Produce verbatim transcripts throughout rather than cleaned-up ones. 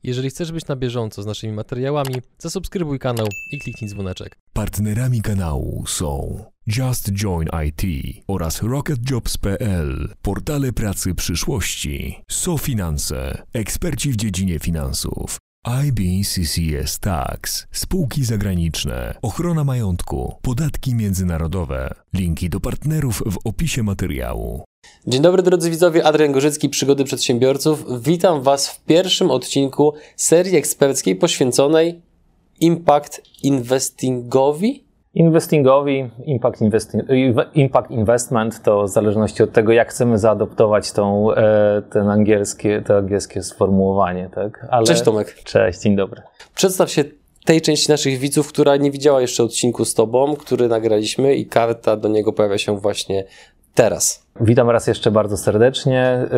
Jeżeli chcesz być na bieżąco z naszymi materiałami, zasubskrybuj kanał i kliknij dzwoneczek. Partnerami kanału są Just Join I T oraz rocket jobs kropka p l, portale pracy przyszłości, SoFinanse, eksperci w dziedzinie finansów, I B C C S Tax, spółki zagraniczne, ochrona majątku, podatki międzynarodowe. Linki do partnerów w opisie materiału. Dzień dobry drodzy widzowie, Adrian Gorzycki, Przygody Przedsiębiorców. Witam Was w pierwszym odcinku serii eksperckiej poświęconej Impact Investingowi. Investingowi, impact, investi- impact investment, to w zależności od tego, jak chcemy zaadoptować tą, ten angielskie, to angielskie sformułowanie. Tak? Ale... Cześć Tomek. Cześć, dzień dobry. Przedstaw się tej części naszych widzów, która nie widziała jeszcze odcinku z Tobą, który nagraliśmy i karta do niego pojawia się właśnie teraz. Witam raz jeszcze bardzo serdecznie.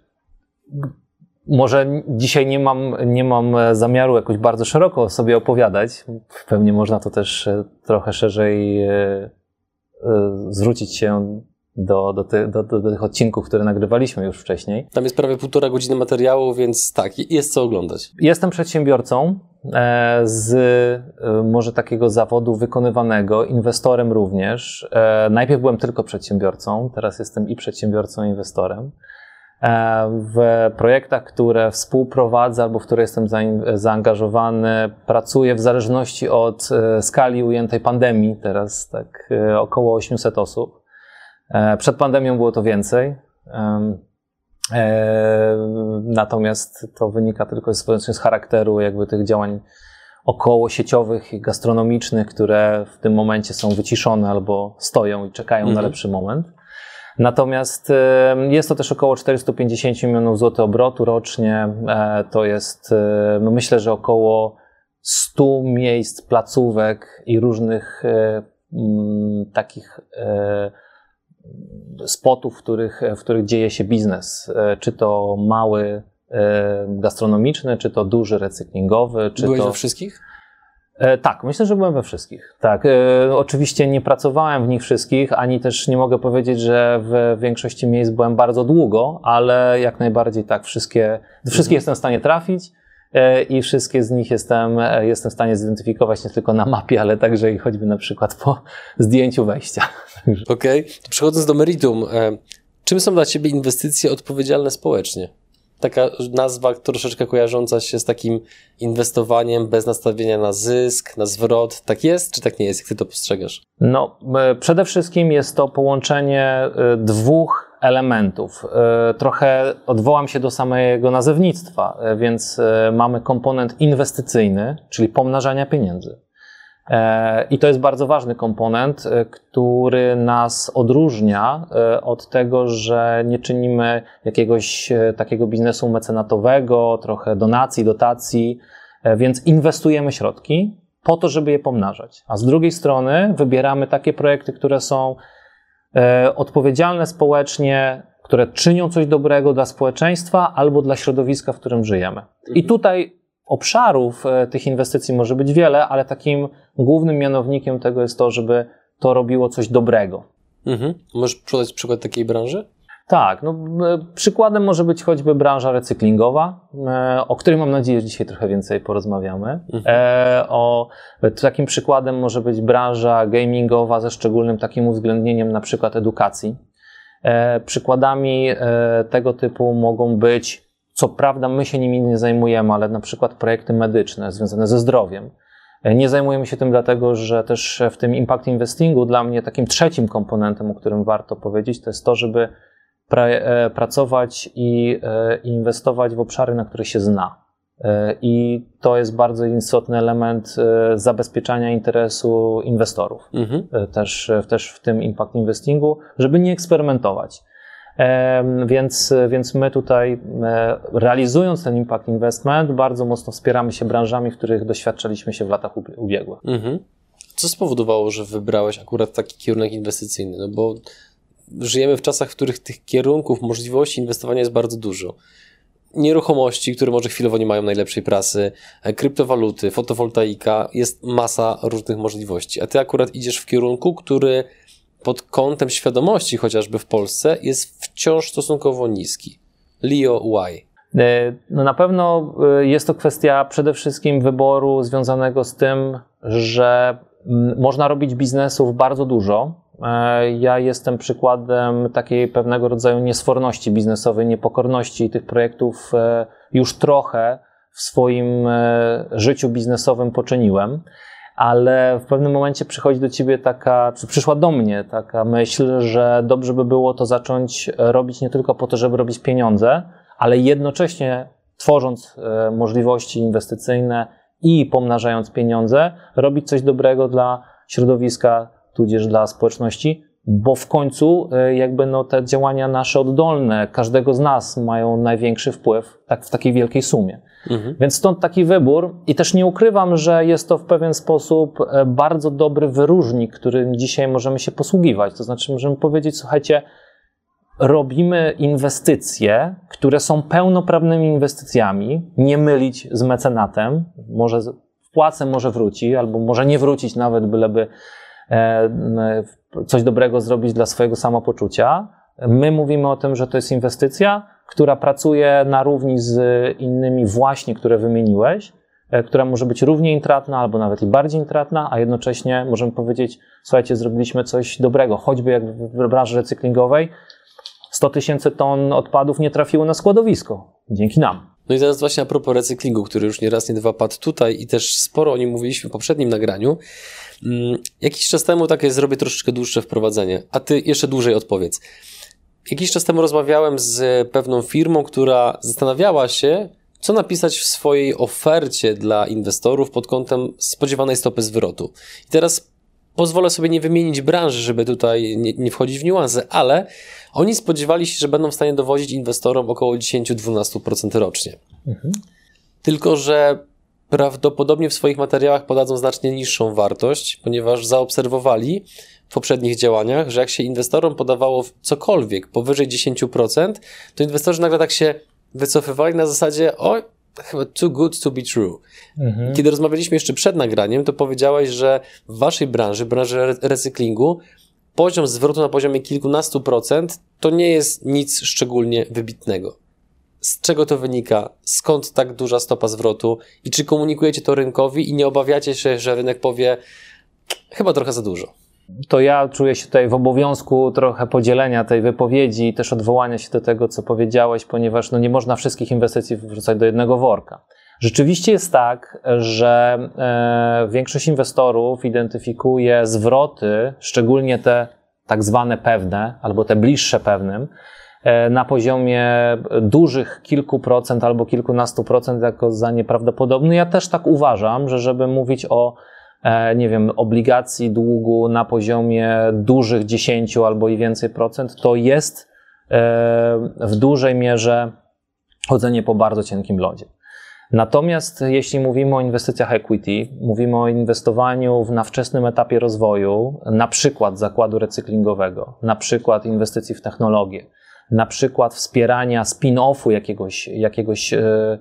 Może dzisiaj nie mam, nie mam zamiaru jakoś bardzo szeroko sobie opowiadać. Pewnie można to też trochę szerzej zwrócić się do, do, ty, do, do tych odcinków, które nagrywaliśmy już wcześniej. Tam jest prawie półtora godziny materiału, więc tak, jest co oglądać. Jestem przedsiębiorcą z może takiego zawodu wykonywanego, inwestorem również. Najpierw byłem tylko przedsiębiorcą, teraz jestem i przedsiębiorcą, i inwestorem. W projektach, które współprowadzę albo w które jestem zaangażowany, pracuję w zależności od skali ujętej pandemii, teraz tak około osiemset osób. Przed pandemią było to więcej, natomiast to wynika tylko z, z charakteru jakby tych działań około sieciowych i gastronomicznych, które w tym momencie są wyciszone albo stoją i czekają mhm. na lepszy moment. Natomiast jest to też około czterysta pięćdziesiąt milionów złotych obrotu rocznie. To jest, no myślę, że około stu miejsc, placówek i różnych takich spotów, w których, w których dzieje się biznes. Czy to mały gastronomiczny, czy to duży recyklingowy. Czy Byłeś to... we wszystkich? Tak, myślę, że byłem we wszystkich. Tak, oczywiście nie pracowałem w nich wszystkich, ani też nie mogę powiedzieć, że w większości miejsc byłem bardzo długo, ale jak najbardziej tak, wszystkie, do wszystkich jestem w stanie trafić i wszystkie z nich jestem, jestem w stanie zidentyfikować nie tylko na mapie, ale także i choćby na przykład po zdjęciu wejścia. Okej, okay. Przechodząc do meritum, czym są dla Ciebie inwestycje odpowiedzialne społecznie? Taka nazwa troszeczkę kojarząca się z takim inwestowaniem bez nastawienia na zysk, na zwrot. Tak jest, czy tak nie jest? Jak Ty to postrzegasz? No, przede wszystkim jest to połączenie dwóch elementów. Trochę odwołam się do samego nazewnictwa, więc mamy komponent inwestycyjny, czyli pomnażania pieniędzy. I to jest bardzo ważny komponent, który nas odróżnia od tego, że nie czynimy jakiegoś takiego biznesu mecenatowego, trochę donacji, dotacji, więc inwestujemy środki po to, żeby je pomnażać. A z drugiej strony wybieramy takie projekty, które są odpowiedzialne społecznie, które czynią coś dobrego dla społeczeństwa albo dla środowiska, w którym żyjemy. I tutaj obszarów tych inwestycji może być wiele, ale takim głównym mianownikiem tego jest to, żeby to robiło coś dobrego. Mhm. Możesz podać przykład takiej branży? Tak, no, przykładem może być choćby branża recyklingowa, o której mam nadzieję, że dzisiaj trochę więcej porozmawiamy. Mhm. E, o, takim przykładem może być branża gamingowa ze szczególnym takim uwzględnieniem na przykład edukacji. E, przykładami e, tego typu mogą być, co prawda my się nimi nie zajmujemy, ale na przykład projekty medyczne związane ze zdrowiem. Nie zajmujemy się tym dlatego, że też w tym impact investingu dla mnie takim trzecim komponentem, o którym warto powiedzieć, to jest to, żeby pra- pracować i inwestować w obszary, na które się zna. I to jest bardzo istotny element zabezpieczania interesu inwestorów. Mhm. Też, też w tym impact investingu, żeby nie eksperymentować. Więc, więc my tutaj, realizując ten impact investment, bardzo mocno wspieramy się branżami, w których doświadczaliśmy się w latach ubiegłych. Mhm. Co spowodowało, że wybrałeś akurat taki kierunek inwestycyjny? No bo żyjemy w czasach, w których tych kierunków, możliwości inwestowania jest bardzo dużo. Nieruchomości, które może chwilowo nie mają najlepszej prasy, kryptowaluty, fotowoltaika, jest masa różnych możliwości. A ty akurat idziesz w kierunku, który pod kątem świadomości, chociażby w Polsce, jest wciąż stosunkowo niski. Leo, why? No na pewno jest to kwestia przede wszystkim wyboru związanego z tym, że można robić biznesów bardzo dużo. Ja jestem przykładem takiej pewnego rodzaju niesforności biznesowej, niepokorności tych projektów już trochę w swoim życiu biznesowym poczyniłem, ale w pewnym momencie przychodzi do ciebie taka, czy przyszła do mnie taka myśl, że dobrze by było to zacząć robić nie tylko po to, żeby robić pieniądze, ale jednocześnie tworząc możliwości inwestycyjne i pomnażając pieniądze, robić coś dobrego dla środowiska, tudzież dla społeczności, bo w końcu jakby no te działania nasze oddolne, każdego z nas mają największy wpływ tak w takiej wielkiej sumie. Mhm. Więc stąd taki wybór i też nie ukrywam, że jest to w pewien sposób bardzo dobry wyróżnik, którym dzisiaj możemy się posługiwać. To znaczy możemy powiedzieć, słuchajcie, robimy inwestycje, które są pełnoprawnymi inwestycjami, nie mylić z mecenatem, może wpłacę, może wróci, albo może nie wrócić nawet, byleby coś dobrego zrobić dla swojego samopoczucia. My mówimy o tym, że to jest inwestycja, która pracuje na równi z innymi właśnie, które wymieniłeś, która może być równie intratna albo nawet i bardziej intratna, a jednocześnie możemy powiedzieć, słuchajcie, zrobiliśmy coś dobrego, choćby jak w branży recyklingowej sto tysięcy ton odpadów nie trafiło na składowisko, dzięki nam. No i teraz właśnie a propos recyklingu, który już nie raz, nie dwa padł tutaj i też sporo o nim mówiliśmy w poprzednim nagraniu. Jakiś czas temu takie zrobię troszeczkę dłuższe wprowadzenie, a ty jeszcze dłużej odpowiedz. Jakiś czas temu rozmawiałem z pewną firmą, która zastanawiała się, co napisać w swojej ofercie dla inwestorów pod kątem spodziewanej stopy zwrotu. I teraz pozwolę sobie nie wymienić branży, żeby tutaj nie, nie wchodzić w niuanse, ale oni spodziewali się, że będą w stanie dowozić inwestorom około dziesięć do dwunastu procent rocznie. Mhm. Tylko że prawdopodobnie w swoich materiałach podadzą znacznie niższą wartość, ponieważ zaobserwowali w poprzednich działaniach, że jak się inwestorom podawało cokolwiek powyżej dziesięć procent, to inwestorzy nagle tak się wycofywali na zasadzie o, chyba too good to be true. Mhm. Kiedy rozmawialiśmy jeszcze przed nagraniem, to powiedziałeś, że w waszej branży, branży recyklingu, poziom zwrotu na poziomie kilkunastu procent to nie jest nic szczególnie wybitnego. Z czego to wynika? Skąd tak duża stopa zwrotu? I czy komunikujecie to rynkowi i nie obawiacie się, że rynek powie chyba trochę za dużo? To ja czuję się tutaj w obowiązku trochę podzielenia tej wypowiedzi i też odwołania się do tego, co powiedziałeś, ponieważ no nie można wszystkich inwestycji wrzucać do jednego worka. Rzeczywiście jest tak, że e, większość inwestorów identyfikuje zwroty, szczególnie te tak zwane pewne, albo te bliższe pewnym, e, na poziomie dużych kilku procent albo kilkunastu procent jako za nieprawdopodobny. Ja też tak uważam, że żeby mówić o e, nie wiem, obligacji długu na poziomie dużych dziesięciu albo i więcej procent, to jest e, w dużej mierze chodzenie po bardzo cienkim lodzie. Natomiast jeśli mówimy o inwestycjach equity, mówimy o inwestowaniu na wczesnym etapie rozwoju, na przykład zakładu recyklingowego, na przykład inwestycji w technologię, na przykład wspierania spin-offu jakiegoś, jakiegoś, e,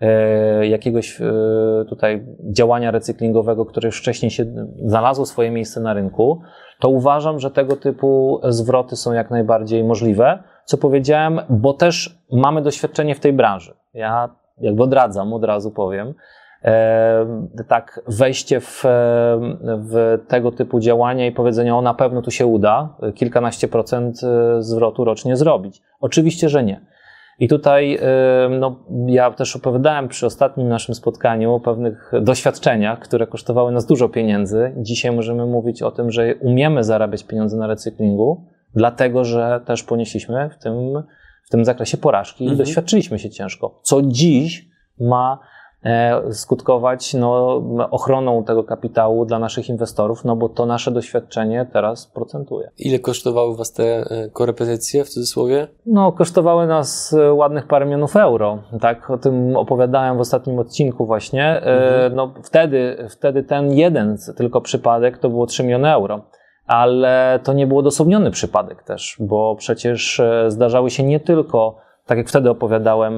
e, jakiegoś e, tutaj działania recyklingowego, które już wcześniej się znalazło swoje miejsce na rynku, to uważam, że tego typu zwroty są jak najbardziej możliwe, co powiedziałem, bo też mamy doświadczenie w tej branży. Ja jakby odradzam, od razu powiem, e, tak wejście w, w tego typu działania i powiedzenie, o na pewno tu się uda, kilkanaście procent zwrotu rocznie zrobić. Oczywiście, że nie. I tutaj e, no, ja też opowiadałem przy ostatnim naszym spotkaniu o pewnych doświadczeniach, które kosztowały nas dużo pieniędzy. Dzisiaj możemy mówić o tym, że umiemy zarabiać pieniądze na recyklingu, dlatego, że też ponieśliśmy w tym w tym zakresie porażki mhm. i doświadczyliśmy się ciężko, co dziś ma e, skutkować no, ochroną tego kapitału dla naszych inwestorów, no bo to nasze doświadczenie teraz procentuje. Ile kosztowały was te korepetycje w cudzysłowie? No, kosztowały nas ładnych parę milionów euro, tak? O tym opowiadałem w ostatnim odcinku właśnie. Mhm. E, no, wtedy, wtedy ten jeden tylko przypadek to było trzy miliony euro. Ale to nie był odosobniony przypadek też, bo przecież zdarzały się nie tylko, tak jak wtedy opowiadałem,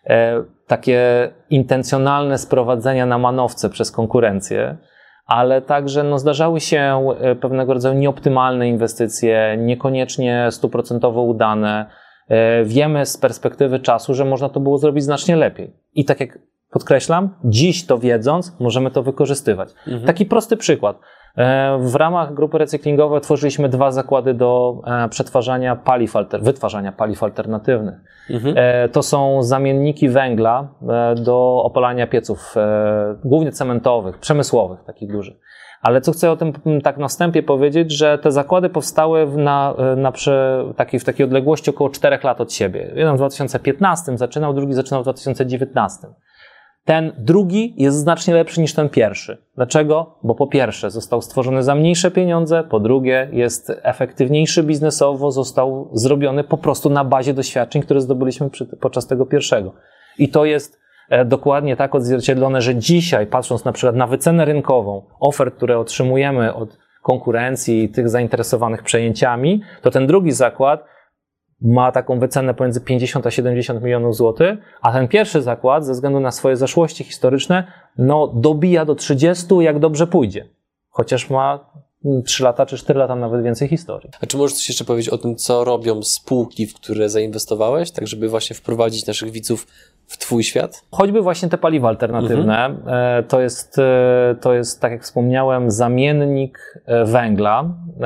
takie intencjonalne sprowadzenia na manowce przez konkurencję, ale także no, zdarzały się pewnego rodzaju nieoptymalne inwestycje, niekoniecznie stuprocentowo udane, Wiemy z perspektywy czasu, że można to było zrobić znacznie lepiej. I tak jak podkreślam, dziś to wiedząc, możemy to wykorzystywać. Mhm. Taki prosty przykład. W ramach grupy recyklingowej otworzyliśmy dwa zakłady do przetwarzania paliw, wytwarzania paliw alternatywnych. Mhm. To są zamienniki węgla do opalania pieców, głównie cementowych, przemysłowych, takich dużych. Ale co chcę o tym tak na wstępie powiedzieć, że te zakłady powstały na, na przy, takiej, w takiej odległości około czterech lat od siebie. Jeden w dwa tysiące piętnastym zaczynał, drugi zaczynał w dwa tysiące dziewiętnastym. Ten drugi jest znacznie lepszy niż ten pierwszy. Dlaczego? Bo po pierwsze został stworzony za mniejsze pieniądze, po drugie jest efektywniejszy biznesowo, został zrobiony po prostu na bazie doświadczeń, które zdobyliśmy przy, podczas tego pierwszego. I to jest dokładnie tak odzwierciedlone, że dzisiaj, patrząc na przykład na wycenę rynkową ofert, które otrzymujemy od konkurencji i tych zainteresowanych przejęciami, to ten drugi zakład ma taką wycenę pomiędzy pięćdziesiąt a siedemdziesiąt milionów złotych, a ten pierwszy zakład, ze względu na swoje zaszłości historyczne, no dobija do trzydziestu, jak dobrze pójdzie. Chociaż ma trzy lata czy cztery lata nawet więcej historii. A czy możesz coś jeszcze powiedzieć o tym, co robią spółki, w które zainwestowałeś, tak żeby właśnie wprowadzić naszych widzów w twój świat? Choćby właśnie te paliwa alternatywne, mhm. to jest, to jest, tak jak wspomniałem, zamiennik węgla.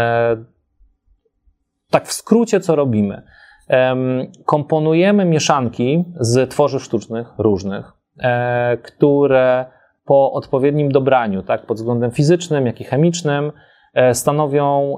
Tak w skrócie, co robimy? Komponujemy mieszanki z tworzyw sztucznych różnych, które po odpowiednim dobraniu, tak, pod względem fizycznym, jak i chemicznym, stanowią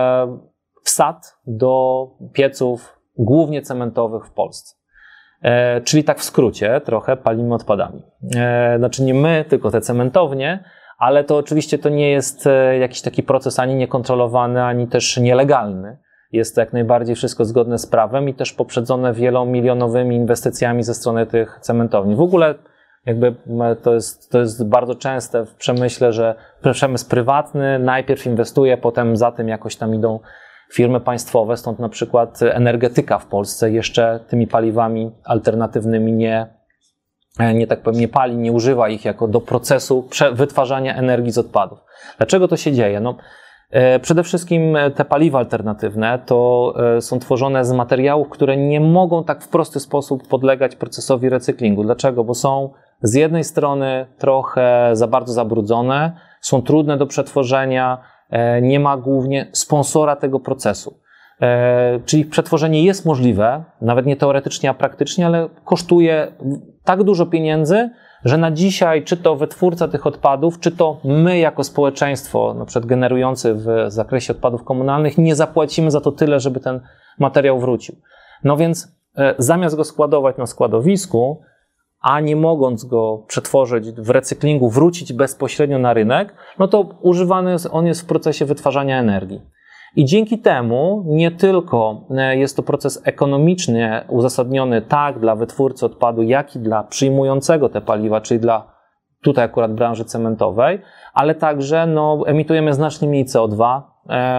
wsad do pieców głównie cementowych w Polsce. Czyli tak w skrócie trochę palimy odpadami. Znaczy nie my, tylko te cementownie, ale to oczywiście to nie jest jakiś taki proces ani niekontrolowany, ani też nielegalny. Jest to jak najbardziej wszystko zgodne z prawem i też poprzedzone wielomilionowymi inwestycjami ze strony tych cementowni. W ogóle jakby to jest, to jest bardzo częste w przemyśle, że przemysł prywatny najpierw inwestuje, potem za tym jakoś tam idą firmy państwowe, stąd na przykład energetyka w Polsce jeszcze tymi paliwami alternatywnymi nie, nie tak powiem, nie pali, nie używa ich jako do procesu wytwarzania energii z odpadów. Dlaczego to się dzieje? No, przede wszystkim te paliwa alternatywne to są tworzone z materiałów, które nie mogą tak w prosty sposób podlegać procesowi recyklingu. Dlaczego? Bo są z jednej strony trochę za bardzo zabrudzone, są trudne do przetworzenia, nie ma głównie sponsora tego procesu. Czyli przetworzenie jest możliwe, nawet nie teoretycznie, a praktycznie, ale kosztuje tak dużo pieniędzy, że na dzisiaj czy to wytwórca tych odpadów, czy to my jako społeczeństwo, na przykład generujący w zakresie odpadów komunalnych, nie zapłacimy za to tyle, żeby ten materiał wrócił. No więc zamiast go składować na składowisku, a nie mogąc go przetworzyć w recyklingu, wrócić bezpośrednio na rynek, no to używany jest, on jest w procesie wytwarzania energii. I dzięki temu nie tylko jest to proces ekonomicznie uzasadniony tak dla wytwórcy odpadu, jak i dla przyjmującego te paliwa, czyli dla tutaj akurat branży cementowej, ale także no, emitujemy znacznie mniej C O dwa,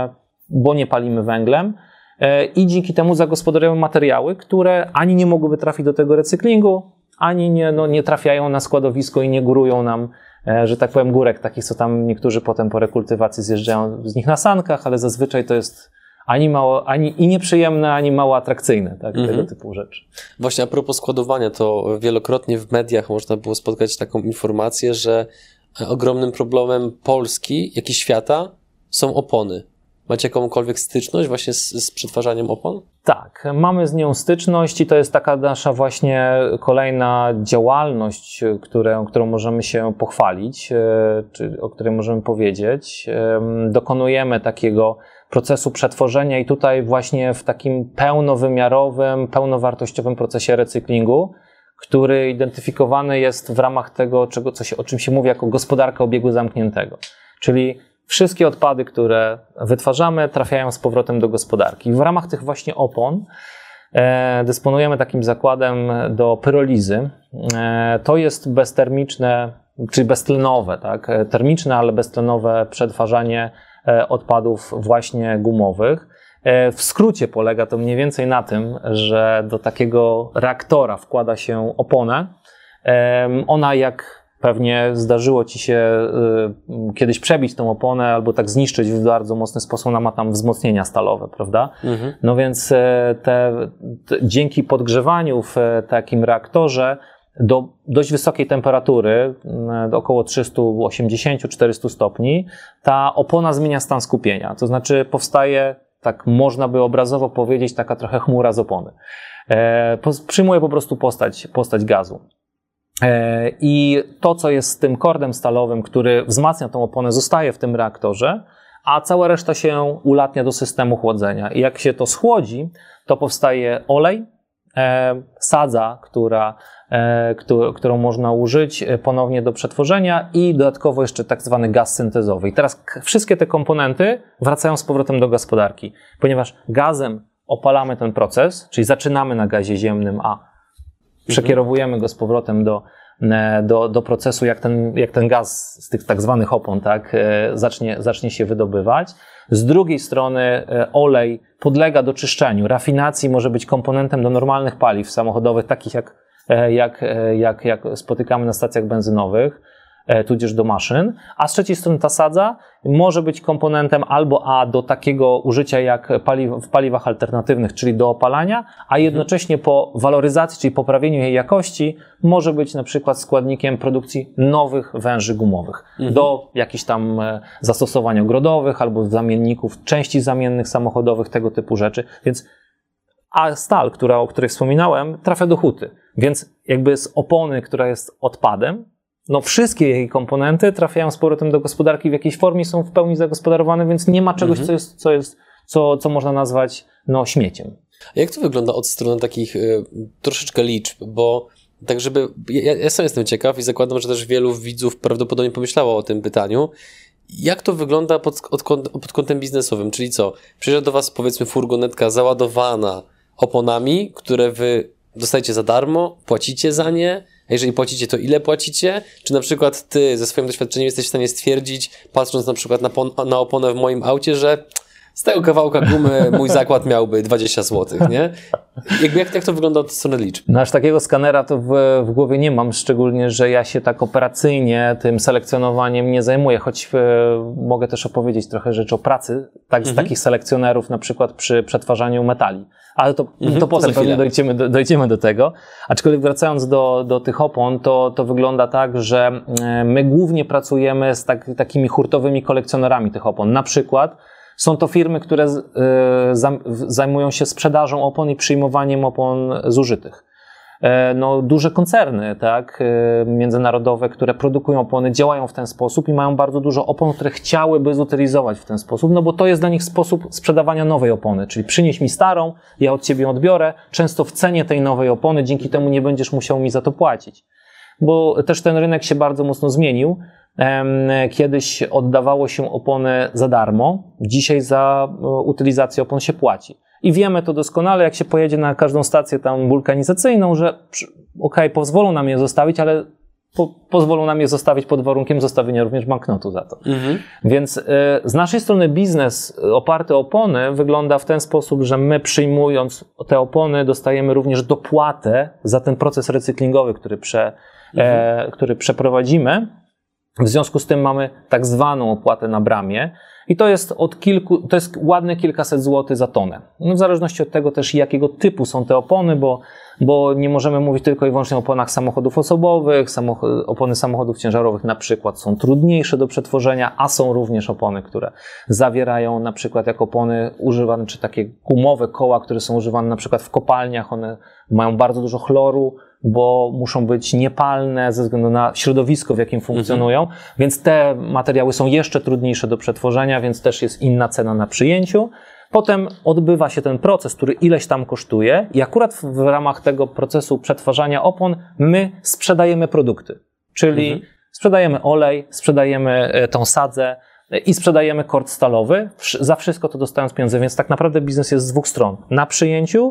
bo nie palimy węglem i dzięki temu zagospodarujemy materiały, które ani nie mogłyby trafić do tego recyklingu, ani nie, no, nie trafiają na składowisko i nie górują nam, że tak powiem, górek takich, co tam niektórzy potem po rekultywacji zjeżdżają z nich na sankach, ale zazwyczaj to jest ani mało, ani i nieprzyjemne, ani mało atrakcyjne, tak, mm-hmm. tego typu rzeczy. Właśnie a propos składowania, to wielokrotnie w mediach można było spotkać taką informację, że ogromnym problemem Polski, jak i świata, są opony. Macie jakąkolwiek styczność właśnie z, z przetwarzaniem opon? Tak, mamy z nią styczność i to jest taka nasza właśnie kolejna działalność, które, którą możemy się pochwalić, czy o której możemy powiedzieć. Dokonujemy takiego procesu przetworzenia i tutaj właśnie w takim pełnowymiarowym, pełnowartościowym procesie recyklingu, który identyfikowany jest w ramach tego, czego, co się, o czym się mówi jako gospodarka obiegu zamkniętego. Czyli wszystkie odpady, które wytwarzamy, trafiają z powrotem do gospodarki. W ramach tych właśnie opon e, dysponujemy takim zakładem do pyrolizy. E, to jest beztermiczne, czyli beztlenowe, tak? Termiczne, ale beztlenowe przetwarzanie e, odpadów właśnie gumowych. E, w skrócie polega to mniej więcej na tym, że do takiego reaktora wkłada się oponę. E, ona jak Pewnie zdarzyło ci się y, kiedyś przebić tą oponę albo tak zniszczyć w bardzo mocny sposób, ona ma tam wzmocnienia stalowe, prawda? Mhm. No więc te, te, dzięki podgrzewaniu w takim reaktorze do dość wysokiej temperatury, do około trzysta osiemdziesiąt do czterystu stopni, ta opona zmienia stan skupienia. To znaczy powstaje, tak można by obrazowo powiedzieć, taka trochę chmura z opony. E, po, przyjmuje po prostu postać, postać gazu. E, I to, co jest z tym kordem stalowym, który wzmacnia tą oponę, zostaje w tym reaktorze, a cała reszta się ulatnia do systemu chłodzenia. I jak się to schłodzi, to powstaje olej, e, sadza, która którą można użyć ponownie do przetworzenia i dodatkowo jeszcze tak zwany gaz syntezowy. I teraz wszystkie te komponenty wracają z powrotem do gospodarki, ponieważ gazem opalamy ten proces, czyli zaczynamy na gazie ziemnym, a przekierowujemy go z powrotem do, do, do procesu, jak ten, jak ten gaz z tych tak zwanych opon, tak, zacznie, zacznie się wydobywać. Z drugiej strony olej podlega doczyszczeniu, rafinacji, może być komponentem do normalnych paliw samochodowych, takich jak Jak, jak, jak spotykamy na stacjach benzynowych, tudzież do maszyn, a z trzeciej strony ta sadza może być komponentem albo A do takiego użycia jak paliw, w paliwach alternatywnych, czyli do opalania, a jednocześnie po waloryzacji, czyli poprawieniu jej jakości, może być na przykład składnikiem produkcji nowych węży gumowych mhm. do jakichś tam zastosowań ogrodowych albo zamienników, części zamiennych samochodowych, tego typu rzeczy, więc a stal, która, o której wspominałem, trafia do huty. Więc jakby z opony, która jest odpadem, no wszystkie jej komponenty trafiają z powrotem do gospodarki w jakiejś formie, są w pełni zagospodarowane, więc nie ma czegoś, mhm. co jest, co jest, co, co można nazwać, no, śmieciem. A jak to wygląda od strony takich y, troszeczkę liczb? Bo tak, żeby, ja, ja sam jestem ciekaw i zakładam, że też wielu widzów prawdopodobnie pomyślało o tym pytaniu. Jak to wygląda pod, od, pod kątem biznesowym? Czyli co? Przyjeżdża do was, powiedzmy, furgonetka załadowana oponami, które wy dostajecie za darmo, płacicie za nie, a jeżeli płacicie, to ile płacicie? Czy na przykład ty ze swoim doświadczeniem jesteś w stanie stwierdzić, patrząc na przykład na, pon- na oponę w moim aucie, że z tego kawałka gumy mój zakład miałby dwadzieścia złotych, nie? Jakby jak, jak to wygląda od strony liczb? No aż takiego skanera to w, w głowie nie mam, szczególnie, że ja się tak operacyjnie tym selekcjonowaniem nie zajmuję, choć e, mogę też opowiedzieć trochę rzeczy o pracy tak, z mhm. takich selekcjonerów, na przykład przy przetwarzaniu metali. Ale to, mhm, to potem pewnie dojdziemy do, dojdziemy do tego. Aczkolwiek wracając do, do tych opon, to, to wygląda tak, że my głównie pracujemy z tak, takimi hurtowymi kolekcjonerami tych opon. Na przykład są to firmy, które y, zam, zajmują się sprzedażą opon i przyjmowaniem opon zużytych. E, no, duże koncerny, tak, e, międzynarodowe, które produkują opony, działają w ten sposób i mają bardzo dużo opon, które chciałyby zutylizować w ten sposób, no bo to jest dla nich sposób sprzedawania nowej opony, czyli przynieś mi starą, ja od ciebie odbiorę, często w cenie tej nowej opony, dzięki temu nie będziesz musiał mi za to płacić. Bo też ten rynek się bardzo mocno zmienił. Kiedyś oddawało się opony za darmo, dzisiaj za utylizację opon się płaci. I wiemy to doskonale, jak się pojedzie na każdą stację tam wulkanizacyjną, że okej, okay, pozwolą nam je zostawić, ale po, pozwolą nam je zostawić pod warunkiem zostawienia również banknotu za to. Mhm. Więc y, z naszej strony biznes oparty o opony wygląda w ten sposób, że my przyjmując te opony dostajemy również dopłatę za ten proces recyklingowy, który, prze, mhm. e, który przeprowadzimy. W związku z tym mamy tak zwaną opłatę na bramie i to jest od kilku, to jest ładne kilkaset złotych za tonę. No w zależności od tego też jakiego typu są te opony, bo, bo nie możemy mówić tylko i wyłącznie o oponach samochodów osobowych, samochod, opony samochodów ciężarowych na przykład są trudniejsze do przetworzenia, a są również opony, które zawierają na przykład jak opony używane, czy takie gumowe koła, które są używane na przykład w kopalniach, one mają bardzo dużo chloru, bo muszą być niepalne ze względu na środowisko, w jakim funkcjonują, mhm. więc te materiały są jeszcze trudniejsze do przetworzenia, więc też jest inna cena na przyjęciu. Potem odbywa się ten proces, który ileś tam kosztuje i akurat w, w ramach tego procesu przetwarzania opon my sprzedajemy produkty, czyli mhm. sprzedajemy olej, sprzedajemy tą sadzę i sprzedajemy kord stalowy, za wszystko to dostając pieniądze, więc tak naprawdę biznes jest z dwóch stron. Na przyjęciu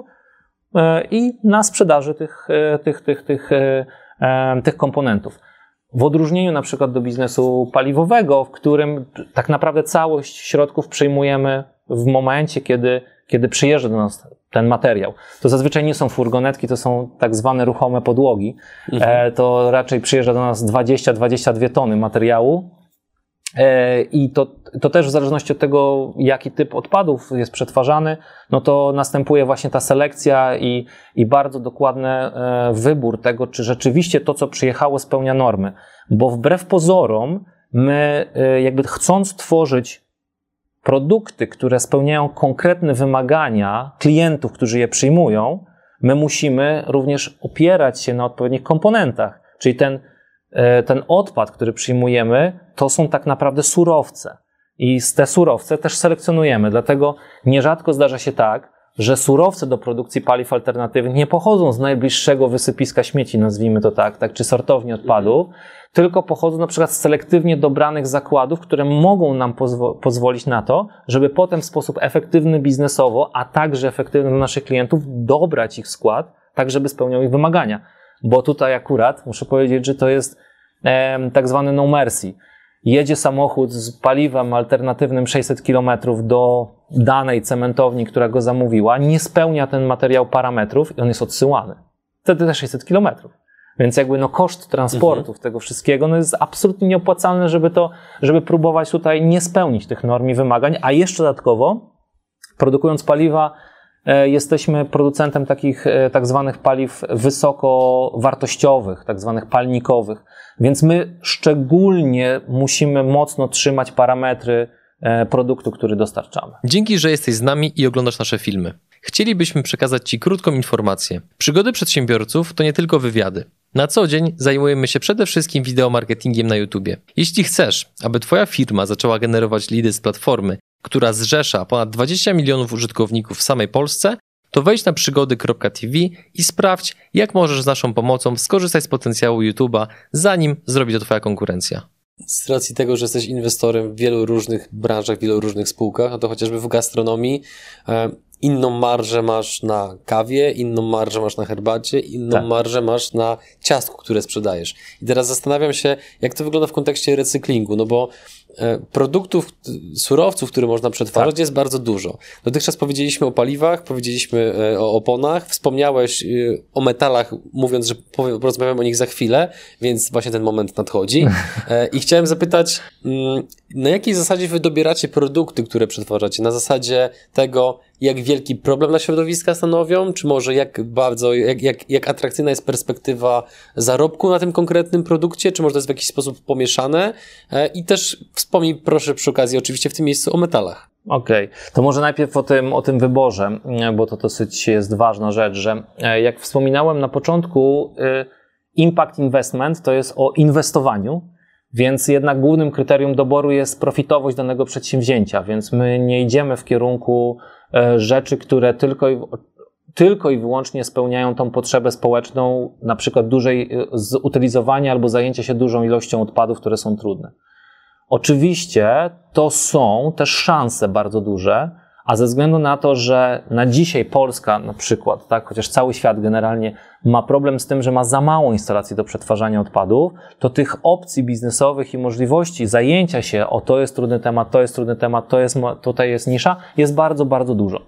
i na sprzedaży tych, tych, tych, tych, tych komponentów. W odróżnieniu na przykład do biznesu paliwowego, w którym tak naprawdę całość środków przyjmujemy w momencie, kiedy, kiedy przyjeżdża do nas ten materiał. To zazwyczaj nie są furgonetki, to są tak zwane ruchome podłogi. Mhm. E, to raczej przyjeżdża do nas dwadzieścia do dwudziestu dwóch tony materiału. E, I to, to też w zależności od tego, jaki typ odpadów jest przetwarzany, no to następuje właśnie ta selekcja i, i bardzo dokładny e, wybór tego, czy rzeczywiście to, co przyjechało, spełnia normy. Bo wbrew pozorom, my e, jakby chcąc tworzyć produkty, które spełniają konkretne wymagania klientów, którzy je przyjmują, my musimy również opierać się na odpowiednich komponentach. Czyli ten, ten odpad, który przyjmujemy, to są tak naprawdę surowce. I z te surowce też selekcjonujemy. Dlatego nierzadko zdarza się tak, że surowce do produkcji paliw alternatywnych nie pochodzą z najbliższego wysypiska śmieci, nazwijmy to tak, tak czy sortowni odpadów, tylko pochodzą na przykład z selektywnie dobranych zakładów, które mogą nam pozwo- pozwolić na to, żeby potem w sposób efektywny biznesowo, a także efektywny dla naszych klientów dobrać ich skład, tak żeby spełniał ich wymagania. Bo tutaj akurat muszę powiedzieć, że to jest e, tak zwany no mercy. Jedzie samochód z paliwem alternatywnym sześćset kilometrów do danej cementowni, która go zamówiła, nie spełnia ten materiał parametrów i on jest odsyłany. Wtedy też sześćset kilometrów. Więc jakby no koszt transportu mhm. tego wszystkiego no jest absolutnie nieopłacalny, żeby to, żeby próbować tutaj nie spełnić tych norm i wymagań, a jeszcze dodatkowo produkując paliwa e, jesteśmy producentem takich e, tak zwanych paliw wysokowartościowych, tak zwanych palnikowych, więc my szczególnie musimy mocno trzymać parametry e, produktu, który dostarczamy. Dzięki, że jesteś z nami i oglądasz nasze filmy. Chcielibyśmy przekazać Ci krótką informację. Przygody przedsiębiorców to nie tylko wywiady. Na co dzień zajmujemy się przede wszystkim wideomarketingiem na YouTubie. Jeśli chcesz, aby Twoja firma zaczęła generować lidy z platformy, która zrzesza ponad dwadzieścia milionów użytkowników w samej Polsce, to wejdź na przygody kropka t v i sprawdź, jak możesz z naszą pomocą skorzystać z potencjału YouTube'a, zanim zrobi to Twoja konkurencja. Z racji tego, że jesteś inwestorem w wielu różnych branżach, w wielu różnych spółkach, no to chociażby w gastronomii e, inną marżę masz na kawie, inną marżę masz na herbacie, inną tak. marżę masz na ciastku, które sprzedajesz. I teraz zastanawiam się, jak to wygląda w kontekście recyklingu, no bo e, produktów, surowców, które można przetwarzać tak. jest bardzo dużo. Dotychczas powiedzieliśmy o paliwach, powiedzieliśmy e, o oponach, wspomniałeś e, o metalach, mówiąc, że porozmawiamy o nich za chwilę, więc właśnie ten moment nadchodzi. E, I chciałem zapytać, m, na jakiej zasadzie wy dobieracie produkty, które przetwarzacie? Na zasadzie tego, jak wielki problem dla środowiska stanowią, czy może jak bardzo, jak, jak, jak atrakcyjna jest perspektywa zarobku na tym konkretnym produkcie, czy może to jest w jakiś sposób pomieszane? I też wspomnij proszę przy okazji oczywiście w tym miejscu o metalach. Okej, okay. To może najpierw o tym, o tym wyborze, bo to dosyć jest ważna rzecz, że jak wspominałem na początku, impact investment to jest o inwestowaniu, więc jednak głównym kryterium doboru jest profitowość danego przedsięwzięcia, więc my nie idziemy w kierunku rzeczy, które tylko i, tylko i wyłącznie spełniają tą potrzebę społeczną, na przykład dużej zutylizowania albo zajęcia się dużą ilością odpadów, które są trudne. Oczywiście to są też szanse bardzo duże, a ze względu na to, że na dzisiaj Polska na przykład, tak, chociaż cały świat generalnie ma problem z tym, że ma za mało instalacji do przetwarzania odpadów, to tych opcji biznesowych i możliwości zajęcia się, o to jest trudny temat, to jest trudny temat, to jest, tutaj jest nisza, jest bardzo, bardzo dużo.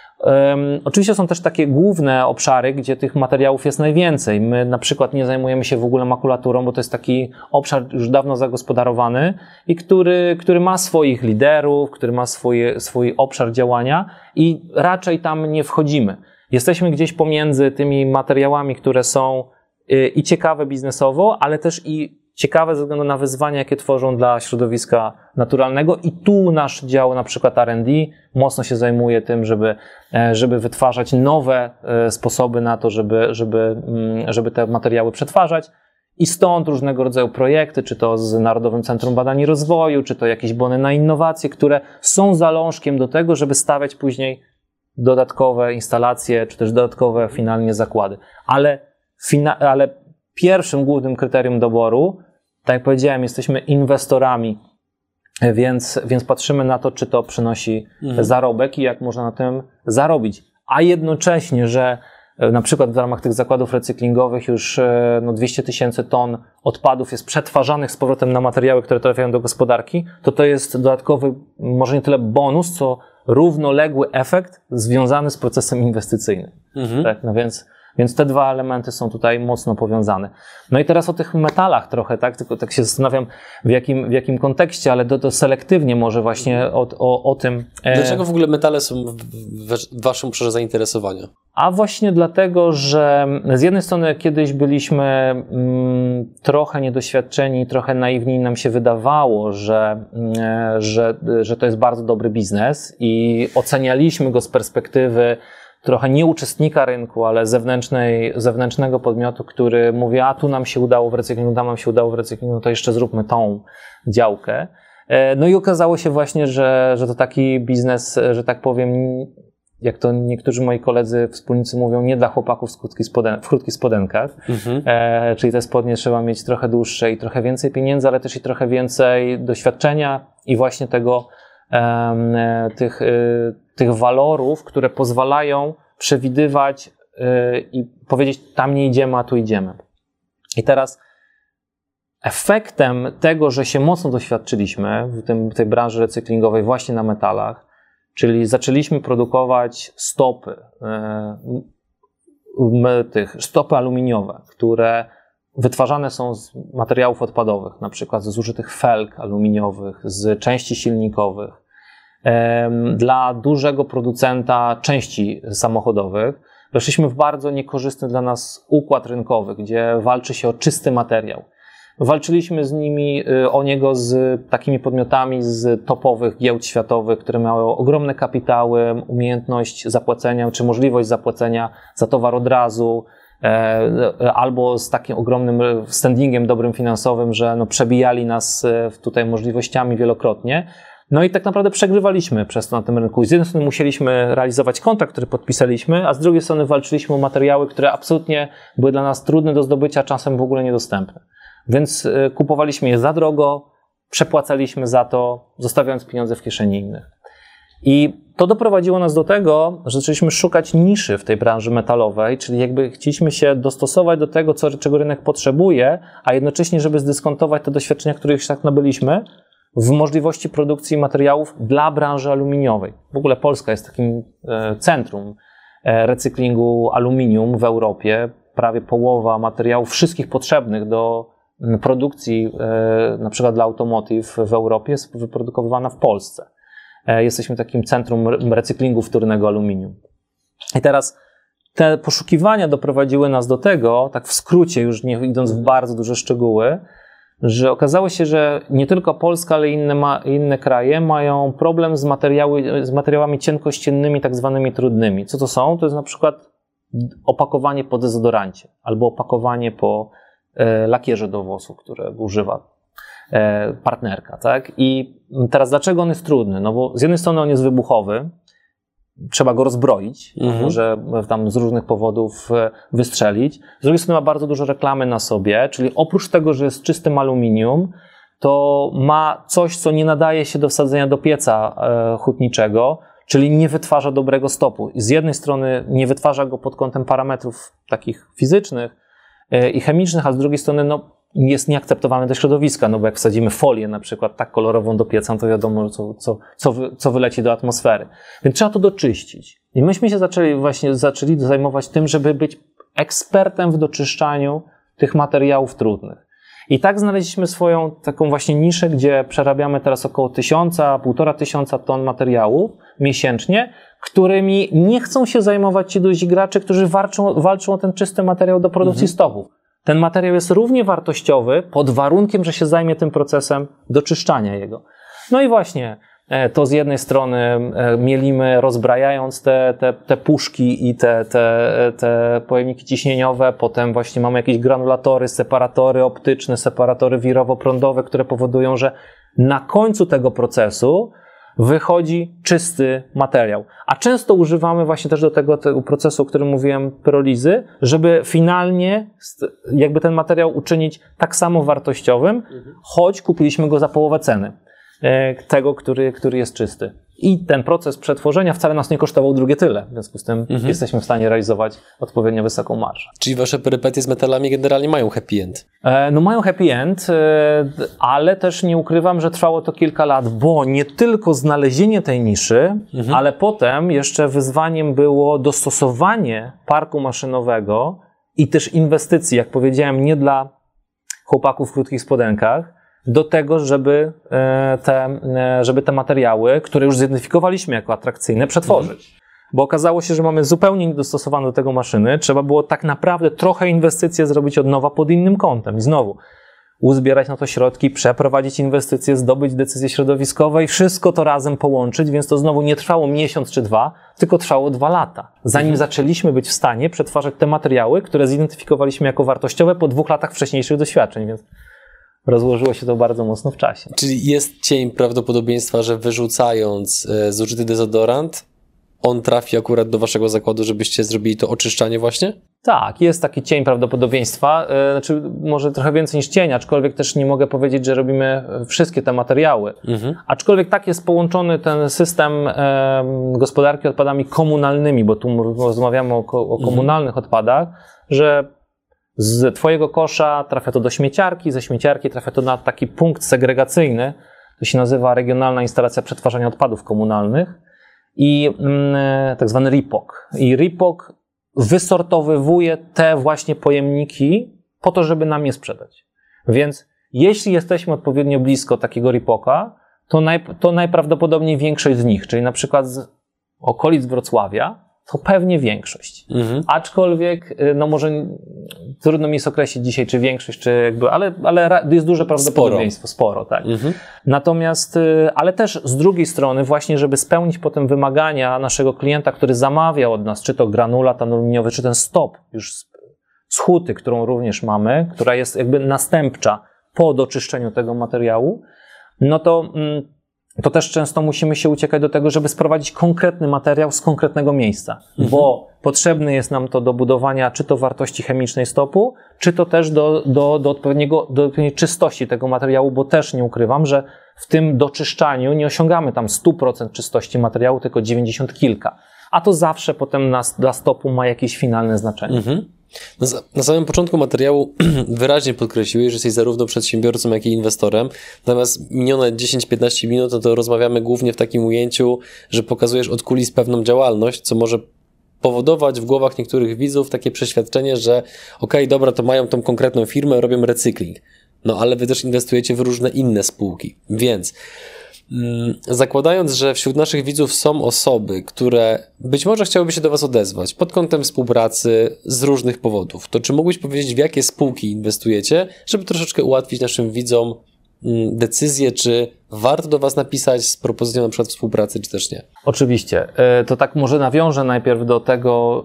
Um, oczywiście są też takie główne obszary, gdzie tych materiałów jest najwięcej. My na przykład nie zajmujemy się w ogóle makulaturą, bo to jest taki obszar już dawno zagospodarowany i który, który ma swoich liderów, który ma swoje, swój obszar działania i raczej tam nie wchodzimy. Jesteśmy gdzieś pomiędzy tymi materiałami, które są y, i ciekawe biznesowo, ale też i ciekawe ze względu na wyzwania, jakie tworzą dla środowiska naturalnego i tu nasz dział, na przykład R and D, mocno się zajmuje tym, żeby, żeby wytwarzać nowe sposoby na to, żeby, żeby, żeby te materiały przetwarzać i stąd różnego rodzaju projekty, czy to z Narodowym Centrum Badań i Rozwoju, czy to jakieś bony na innowacje, które są zalążkiem do tego, żeby stawiać później dodatkowe instalacje, czy też dodatkowe finalnie zakłady. Ale, fina- ale pierwszym głównym kryterium doboru, tak jak powiedziałem, jesteśmy inwestorami, więc, więc patrzymy na to, czy to przynosi mhm. zarobek i jak można na tym zarobić. A jednocześnie, że na przykład w ramach tych zakładów recyklingowych już no, dwieście tysięcy ton odpadów jest przetwarzanych z powrotem na materiały, które trafiają do gospodarki, to to jest dodatkowy, może nie tyle bonus, co równoległy efekt związany z procesem inwestycyjnym. Mhm. Tak? No więc, więc te dwa elementy są tutaj mocno powiązane. No i teraz o tych metalach trochę, tak? Tylko tak się zastanawiam w jakim, w jakim kontekście, ale to, to selektywnie może właśnie o, o, o tym. Dlaczego w ogóle metale są w, w waszym obszarze zainteresowania? A właśnie dlatego, że z jednej strony kiedyś byliśmy mm, trochę niedoświadczeni, trochę naiwni, nam się wydawało, że, mm, że, że to jest bardzo dobry biznes i ocenialiśmy go z perspektywy trochę nie uczestnika rynku, ale zewnętrznej, zewnętrznego podmiotu, który mówi, a tu nam się udało w recyklingu, tam nam się udało w recyklingu, no to jeszcze zróbmy tą działkę. No i okazało się właśnie, że, że to taki biznes, że tak powiem, jak to niektórzy moi koledzy, wspólnicy mówią, nie dla chłopaków w krótkich, spoden- w krótkich spodenkach. Mhm. E, czyli te spodnie trzeba mieć trochę dłuższe i trochę więcej pieniędzy, ale też i trochę więcej doświadczenia i właśnie tego, e, tych, e, tych walorów, które pozwalają przewidywać e, i powiedzieć, tam nie idziemy, a tu idziemy. I teraz efektem tego, że się mocno doświadczyliśmy w, tym, w tej branży recyklingowej właśnie na metalach, czyli zaczęliśmy produkować stopy, e, tych, stopy aluminiowe, które wytwarzane są z materiałów odpadowych, na przykład z zużytych felg aluminiowych, z części silnikowych, e, dla dużego producenta części samochodowych. Weszliśmy w bardzo niekorzystny dla nas układ rynkowy, gdzie walczy się o czysty materiał. Walczyliśmy z nimi, o niego z takimi podmiotami z topowych giełd światowych, które miały ogromne kapitały, umiejętność zapłacenia, czy możliwość zapłacenia za towar od razu, albo z takim ogromnym standingiem dobrym finansowym, że no przebijali nas tutaj możliwościami wielokrotnie. No i tak naprawdę przegrywaliśmy przez to na tym rynku. I z jednej strony musieliśmy realizować kontrakt, który podpisaliśmy, a z drugiej strony walczyliśmy o materiały, które absolutnie były dla nas trudne do zdobycia, czasem w ogóle niedostępne. Więc kupowaliśmy je za drogo, przepłacaliśmy za to, zostawiając pieniądze w kieszeni innych. I to doprowadziło nas do tego, że zaczęliśmy szukać niszy w tej branży metalowej, czyli jakby chcieliśmy się dostosować do tego, co, czego rynek potrzebuje, a jednocześnie, żeby zdyskontować te doświadczenia, których już tak nabyliśmy, w możliwości produkcji materiałów dla branży aluminiowej. W ogóle Polska jest takim centrum recyklingu aluminium w Europie. Prawie połowa materiałów wszystkich potrzebnych do produkcji, na przykład dla automotive w Europie, jest wyprodukowywana w Polsce. Jesteśmy takim centrum recyklingu wtórnego aluminium. I teraz te poszukiwania doprowadziły nas do tego, tak w skrócie, już nie idąc w bardzo duże szczegóły, że okazało się, że nie tylko Polska, ale inne, ma, inne kraje mają problem z, materiały, z materiałami cienkościennymi, tak zwanymi trudnymi. Co to są? To jest na przykład opakowanie po dezodorancie albo opakowanie po e, lakierze do włosów, które używa e, partnerka, tak? I teraz dlaczego on jest trudny? No bo z jednej strony on jest wybuchowy, trzeba go rozbroić, mhm. może tam z różnych powodów wystrzelić. Z drugiej strony ma bardzo dużo reklamy na sobie, czyli oprócz tego, że jest czystym aluminium, to ma coś, co nie nadaje się do wsadzenia do pieca e, hutniczego, czyli nie wytwarza dobrego stopu. Z jednej strony nie wytwarza go pod kątem parametrów takich fizycznych e, i chemicznych, a z drugiej strony no, jest nieakceptowalny do środowiska, no bo jak wsadzimy folię na przykład tak kolorową do pieca, to wiadomo, co, co, co, wy, co wyleci do atmosfery. Więc trzeba to doczyścić. I myśmy się zaczęli właśnie zaczęli zajmować tym, żeby być ekspertem w doczyszczaniu tych materiałów trudnych. I tak znaleźliśmy swoją taką właśnie niszę, gdzie przerabiamy teraz około tysiąca, półtora tysiąca ton materiałów miesięcznie, którymi nie chcą się zajmować ci duzi gracze, którzy walczą, walczą o ten czysty materiał do produkcji mhm. stopów. Ten materiał jest równie wartościowy pod warunkiem, że się zajmie tym procesem doczyszczania jego. No i właśnie to z jednej strony mielimy, rozbrajając te, te, te puszki i te, te, te pojemniki ciśnieniowe, potem właśnie mamy jakieś granulatory, separatory optyczne, separatory wirowo-prądowe, które powodują, że na końcu tego procesu wychodzi czysty materiał. A często używamy właśnie też do tego, tego procesu, o którym mówiłem, pyrolizy, żeby finalnie jakby ten materiał uczynić tak samo wartościowym, mhm. choć kupiliśmy go za połowę ceny tego, który, który jest czysty. I ten proces przetworzenia wcale nas nie kosztował drugie tyle. W związku z tym mhm. jesteśmy w stanie realizować odpowiednio wysoką marżę. Czyli wasze perypetie z metalami generalnie mają happy end? E, no mają happy end, e, ale też nie ukrywam, że trwało to kilka lat, bo nie tylko znalezienie tej niszy, mhm. ale potem jeszcze wyzwaniem było dostosowanie parku maszynowego i też inwestycji, jak powiedziałem, nie dla chłopaków w krótkich spodenkach, do tego, żeby te, żeby te materiały, które już zidentyfikowaliśmy jako atrakcyjne, przetworzyć. Mhm. Bo okazało się, że mamy zupełnie niedostosowane do tego maszyny. Trzeba było tak naprawdę trochę inwestycje zrobić od nowa pod innym kątem. I znowu uzbierać na to środki, przeprowadzić inwestycje, zdobyć decyzje środowiskowe i wszystko to razem połączyć, więc to znowu nie trwało miesiąc czy dwa, tylko trwało dwa lata. Zanim mhm. zaczęliśmy być w stanie przetwarzać te materiały, które zidentyfikowaliśmy jako wartościowe po dwóch latach wcześniejszych doświadczeń, więc rozłożyło się to bardzo mocno w czasie. Czyli jest cień prawdopodobieństwa, że wyrzucając e, zużyty dezodorant, on trafi akurat do waszego zakładu, żebyście zrobili to oczyszczanie właśnie? Tak, jest taki cień prawdopodobieństwa, e, znaczy może trochę więcej niż cień, aczkolwiek też nie mogę powiedzieć, że robimy wszystkie te materiały. Mhm. Aczkolwiek tak jest połączony ten system e, gospodarki odpadami komunalnymi, bo tu rozmawiamy o, o komunalnych mhm. odpadach, że z twojego kosza trafia to do śmieciarki, ze śmieciarki trafia to na taki punkt segregacyjny, to się nazywa Regionalna Instalacja Przetwarzania Odpadów Komunalnych i mm, tak zwany R I P O K. I R I P O K wysortowywuje te właśnie pojemniki po to, żeby nam je sprzedać. Więc jeśli jesteśmy odpowiednio blisko takiego R I P O K-a, to, naj, to najprawdopodobniej większość z nich, czyli na przykład z okolic Wrocławia, to pewnie większość. Mhm. Aczkolwiek, no może trudno mi jest określić dzisiaj, czy większość, czy jakby, ale, ale jest duże prawdopodobieństwo, sporo, sporo tak. Mhm. Natomiast, ale też z drugiej strony właśnie, żeby spełnić potem wymagania naszego klienta, który zamawia od nas, czy to granulat aluminiowy, czy ten stop już z huty, którą również mamy, która jest jakby następcza po doczyszczeniu tego materiału, no to to też często musimy się uciekać do tego, żeby sprowadzić konkretny materiał z konkretnego miejsca, mhm. bo potrzebne jest nam to do budowania czy to wartości chemicznej stopu, czy to też do, do, do, odpowiedniego, do odpowiedniej czystości tego materiału, bo też nie ukrywam, że w tym doczyszczaniu nie osiągamy tam stu procent czystości materiału, tylko dziewięćdziesiąt kilka, a to zawsze potem na, dla stopu ma jakieś finalne znaczenie. Mhm. Na, na samym początku materiału wyraźnie podkreśliłeś, że jesteś zarówno przedsiębiorcą, jak i inwestorem. Natomiast minione dziesięć piętnaście minut, no to rozmawiamy głównie w takim ujęciu, że pokazujesz od kulis pewną działalność, co może powodować w głowach niektórych widzów takie przeświadczenie, że okej, okay, dobra, to mają tą konkretną firmę, robią recykling. No ale wy też inwestujecie w różne inne spółki. Więc zakładając, że wśród naszych widzów są osoby, które być może chciałyby się do was odezwać pod kątem współpracy z różnych powodów, to czy mógłbyś powiedzieć, w jakie spółki inwestujecie, żeby troszeczkę ułatwić naszym widzom decyzję, czy warto do was napisać z propozycją na przykład współpracy, czy też nie? Oczywiście. To tak może nawiążę najpierw do tego,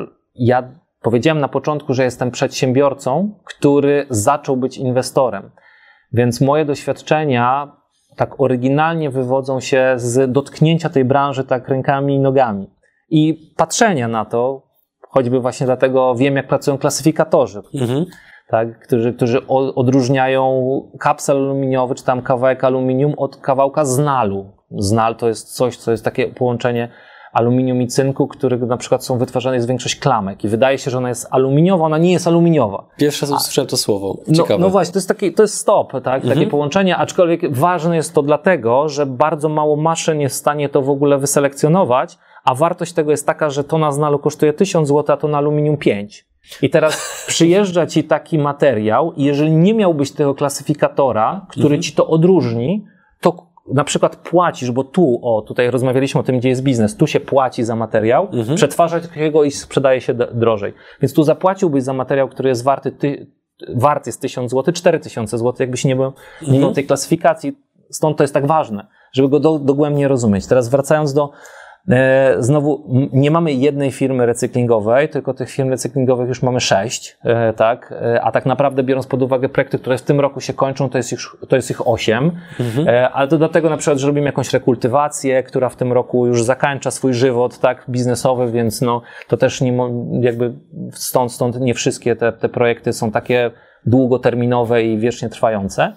ja powiedziałem na początku, że jestem przedsiębiorcą, który zaczął być inwestorem, więc moje doświadczenia tak oryginalnie wywodzą się z dotknięcia tej branży tak rękami i nogami i patrzenia na to, choćby właśnie dlatego wiem, jak pracują klasyfikatorzy, mhm. tak, którzy, którzy odróżniają kapsel aluminiowy czy tam kawałek aluminium od kawałka znalu. Znal to jest coś, co jest takie połączenie aluminium i cynku, które na przykład są wytwarzane, jest większość klamek i wydaje się, że ona jest aluminiowa, ona nie jest aluminiowa. Pierwszy raz usłyszałem to słowo. Ciekawe. No, no właśnie, to jest, taki, to jest stop, tak? Mhm. Takie połączenie, aczkolwiek ważne jest to dlatego, że bardzo mało maszyn jest w stanie to w ogóle wyselekcjonować, a wartość tego jest taka, że tona znalu kosztuje tysiąc złotych, a tona aluminium pięć. I teraz przyjeżdża ci taki materiał i jeżeli nie miałbyś tego klasyfikatora, który mhm. ci to odróżni, to na przykład płacisz, bo tu, o, tutaj rozmawialiśmy o tym, gdzie jest biznes, tu się płaci za materiał, mhm. przetwarza takiego i sprzedaje się drożej. Więc tu zapłaciłbyś za materiał, który jest warty, ty, wart jest tysiąc złotych, cztery tysiące złotych, jakbyś nie był mimo mhm. tej klasyfikacji. Stąd to jest tak ważne, żeby go do, dogłębnie rozumieć. Teraz wracając do E, znowu, nie mamy jednej firmy recyklingowej, tylko tych firm recyklingowych już mamy sześć, e, tak? E, a tak naprawdę biorąc pod uwagę projekty, które w tym roku się kończą, to jest ich, to jest ich osiem, mhm. e, ale to dlatego na przykład, że robimy jakąś rekultywację, która w tym roku już zakańcza swój żywot, tak, biznesowy, więc no, to też nie, jakby stąd, stąd nie wszystkie te, te projekty są takie długoterminowe i wiecznie trwające.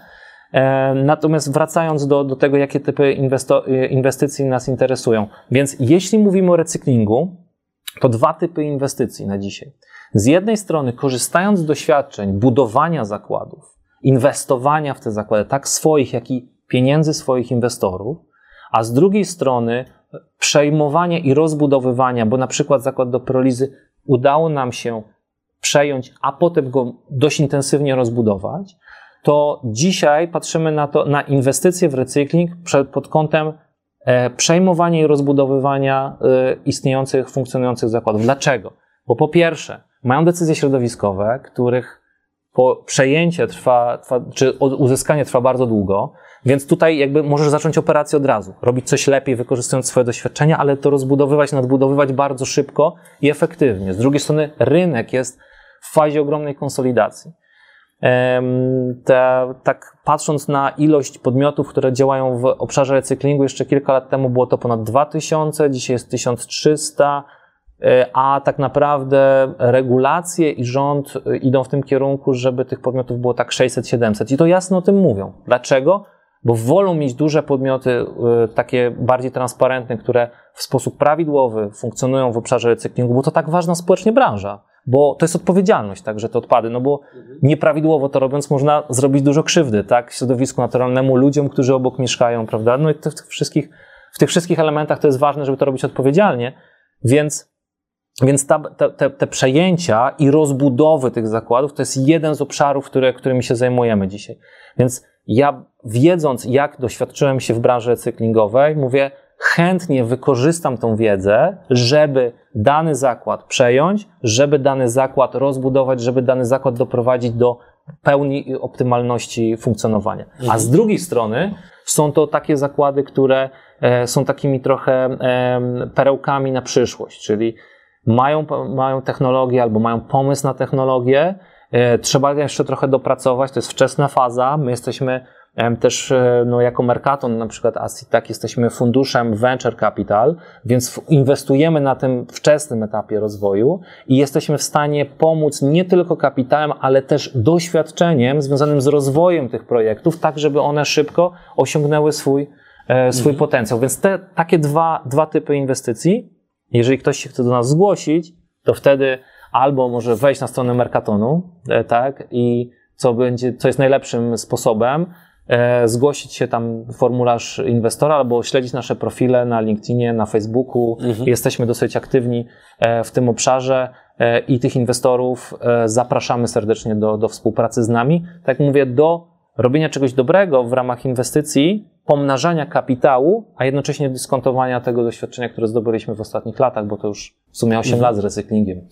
Natomiast wracając do, do tego, jakie typy inwesto- inwestycji nas interesują. Więc jeśli mówimy o recyklingu, to dwa typy inwestycji na dzisiaj. Z jednej strony, korzystając z doświadczeń budowania zakładów, inwestowania w te zakłady, tak swoich, jak i pieniędzy swoich inwestorów, a z drugiej strony przejmowania i rozbudowywania, bo na przykład zakład do prolizy udało nam się przejąć, a potem go dość intensywnie rozbudować, to dzisiaj patrzymy na to, na inwestycje w recykling pod kątem e, przejmowania i rozbudowywania e, istniejących, funkcjonujących zakładów. Dlaczego? Bo po pierwsze, mają decyzje środowiskowe, których po przejęcie trwa, trwa, czy uzyskanie trwa bardzo długo, więc tutaj jakby możesz zacząć operację od razu, robić coś lepiej, wykorzystując swoje doświadczenia, ale to rozbudowywać, nadbudowywać bardzo szybko i efektywnie. Z drugiej strony rynek jest w fazie ogromnej konsolidacji. Te, tak patrząc na ilość podmiotów, które działają w obszarze recyklingu, jeszcze kilka lat temu było to ponad dwa tysiące, dzisiaj jest tysiąc trzysta, a tak naprawdę regulacje i rząd idą w tym kierunku, żeby tych podmiotów było tak sześćset siedemset. I to jasno o tym mówią. Dlaczego? Bo wolą mieć duże podmioty, takie bardziej transparentne, które w sposób prawidłowy funkcjonują w obszarze recyklingu, bo to tak ważna społecznie branża. Bo to jest odpowiedzialność, tak, że te odpady, no bo nieprawidłowo to robiąc można zrobić dużo krzywdy, tak, środowisku naturalnemu, ludziom, którzy obok mieszkają, prawda, no i to w tych wszystkich, w tych wszystkich elementach to jest ważne, żeby to robić odpowiedzialnie, więc, więc ta, te, te przejęcia i rozbudowy tych zakładów to jest jeden z obszarów, które, którymi się zajmujemy dzisiaj. Więc ja, wiedząc, jak doświadczyłem się w branży recyklingowej, mówię, chętnie wykorzystam tą wiedzę, żeby dany zakład przejąć, żeby dany zakład rozbudować, żeby dany zakład doprowadzić do pełni optymalności funkcjonowania. A z drugiej strony są to takie zakłady, które są takimi trochę perełkami na przyszłość, czyli mają, mają technologię albo mają pomysł na technologię, trzeba jeszcze trochę dopracować, to jest wczesna faza, my jesteśmy też no, jako Mercaton, na przykład Assitak, jesteśmy funduszem Venture Capital, więc inwestujemy na tym wczesnym etapie rozwoju i jesteśmy w stanie pomóc nie tylko kapitałem, ale też doświadczeniem związanym z rozwojem tych projektów, tak żeby one szybko osiągnęły swój, e, swój mhm. potencjał. Więc te takie dwa, dwa typy inwestycji, jeżeli ktoś się chce do nas zgłosić, to wtedy albo może wejść na stronę Mercatonu, e, tak, i co będzie, co jest najlepszym sposobem, zgłosić się tam formularz inwestora albo śledzić nasze profile na LinkedInie, na Facebooku. Mhm. Jesteśmy dosyć aktywni w tym obszarze i tych inwestorów zapraszamy serdecznie do, do współpracy z nami. Tak jak mówię, do robienia czegoś dobrego w ramach inwestycji, pomnażania kapitału, a jednocześnie dyskontowania tego doświadczenia, które zdobyliśmy w ostatnich latach, bo to już w sumie osiem mhm. lat z recyklingiem.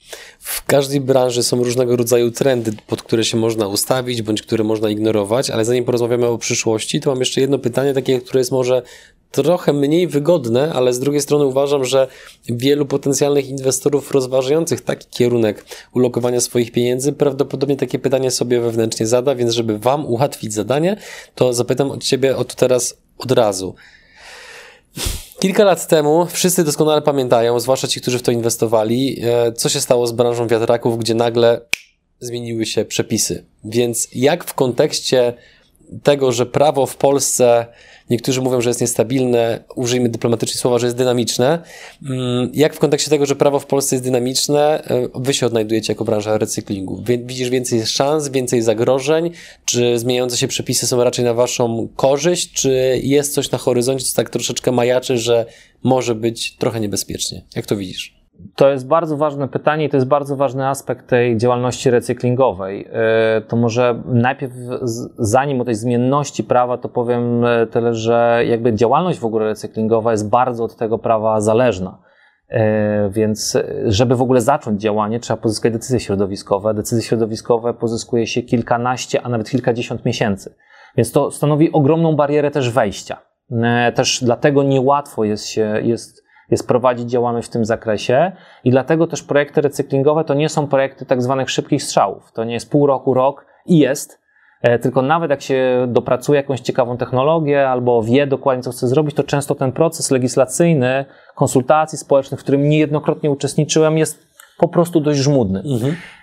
W każdej branży są różnego rodzaju trendy, pod które się można ustawić, bądź które można ignorować, ale zanim porozmawiamy o przyszłości, to mam jeszcze jedno pytanie, takie, które jest może trochę mniej wygodne, ale z drugiej strony uważam, że wielu potencjalnych inwestorów rozważających taki kierunek ulokowania swoich pieniędzy prawdopodobnie takie pytanie sobie wewnętrznie zada, więc żeby Wam ułatwić zadanie, to zapytam od Ciebie o to teraz od razu. Kilka lat temu, wszyscy doskonale pamiętają, zwłaszcza ci, którzy w to inwestowali, co się stało z branżą wiatraków, gdzie nagle zmieniły się przepisy. Więc jak w kontekście tego, że prawo w Polsce, niektórzy mówią, że jest niestabilne, użyjmy dyplomatycznie słowa, że jest dynamiczne, jak w kontekście tego, że prawo w Polsce jest dynamiczne, wy się odnajdujecie jako branża recyklingu? Widzisz więcej szans, więcej zagrożeń? Czy zmieniające się przepisy są raczej na waszą korzyść? Czy jest coś na horyzoncie, co tak troszeczkę majaczy, że może być trochę niebezpiecznie? Jak to widzisz? To jest bardzo ważne pytanie i to jest bardzo ważny aspekt tej działalności recyklingowej. To może najpierw, zanim o tej zmienności prawa, to powiem tyle, że jakby działalność w ogóle recyklingowa jest bardzo od tego prawa zależna. Więc żeby w ogóle zacząć działanie, trzeba pozyskać decyzje środowiskowe. Decyzje środowiskowe pozyskuje się kilkanaście, a nawet kilkadziesiąt miesięcy. Więc to stanowi ogromną barierę też wejścia. Też dlatego niełatwo jest się, jest jest prowadzić działalność w tym zakresie i dlatego też projekty recyklingowe to nie są projekty tak zwanych szybkich strzałów. To nie jest pół roku, rok i jest, tylko nawet jak się dopracuje jakąś ciekawą technologię albo wie dokładnie, co chce zrobić, to często ten proces legislacyjny, konsultacji społecznych, w którym niejednokrotnie uczestniczyłem, jest po prostu dość żmudny. Mhm.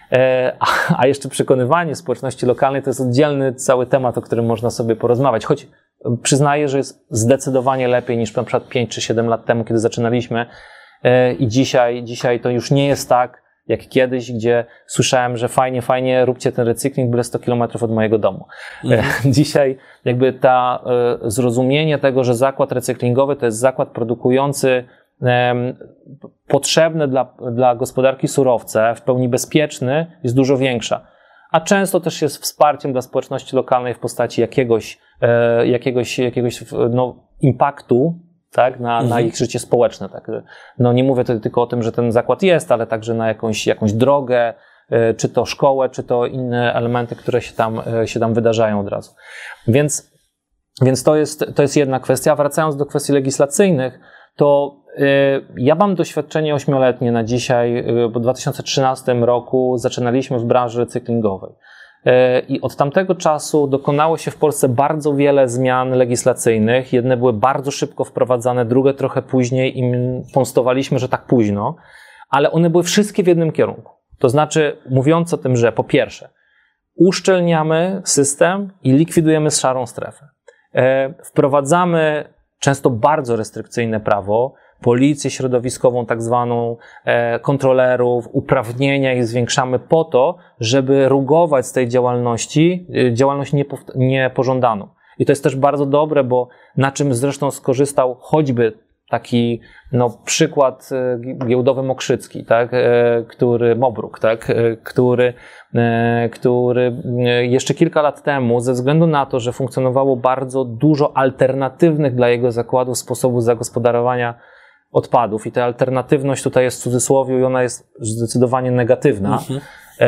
A, a jeszcze przekonywanie społeczności lokalnej to jest oddzielny cały temat, o którym można sobie porozmawiać, choć przyznaję, że jest zdecydowanie lepiej niż na przykład pięć czy siedem lat temu, kiedy zaczynaliśmy i dzisiaj, dzisiaj to już nie jest tak, jak kiedyś, gdzie słyszałem, że fajnie, fajnie, róbcie ten recykling, byle sto kilometrów od mojego domu. Mhm. Dzisiaj jakby ta zrozumienie tego, że zakład recyklingowy to jest zakład produkujący potrzebne dla, dla gospodarki surowce, w pełni bezpieczny, jest dużo większa. A często też jest wsparciem dla społeczności lokalnej w postaci jakiegoś, jakiegoś, jakiegoś no, impaktu, tak, na, mhm. na ich życie społeczne. Tak. No, nie mówię tutaj tylko o tym, że ten zakład jest, ale także na jakąś, jakąś drogę, czy to szkołę, czy to inne elementy, które się tam, się tam wydarzają od razu. Więc, więc to jest, to jest jedna kwestia. Wracając do kwestii legislacyjnych, to y, ja mam doświadczenie ośmioletnie na dzisiaj, y, bo w dwa tysiące trzynastym roku zaczynaliśmy w branży recyklingowej. I od tamtego czasu dokonało się w Polsce bardzo wiele zmian legislacyjnych. Jedne były bardzo szybko wprowadzane, drugie trochę później i pomstowaliśmy, że tak późno, ale one były wszystkie w jednym kierunku. To znaczy, mówiąc o tym, że po pierwsze, uszczelniamy system i likwidujemy szarą strefę. Wprowadzamy często bardzo restrykcyjne prawo, policję środowiskową tak zwaną, e, kontrolerów, uprawnienia ich zwiększamy po to, żeby rugować z tej działalności e, działalność niepo- niepożądaną. I to jest też bardzo dobre, bo na czym zresztą skorzystał choćby taki no, przykład e, giełdowy Mokrzycki, tak, e, który, Mobruk, tak, e, który, e, który jeszcze kilka lat temu, ze względu na to, że funkcjonowało bardzo dużo alternatywnych dla jego zakładów sposobów zagospodarowania odpadów i ta alternatywność tutaj jest w cudzysłowie i ona jest zdecydowanie negatywna, mhm.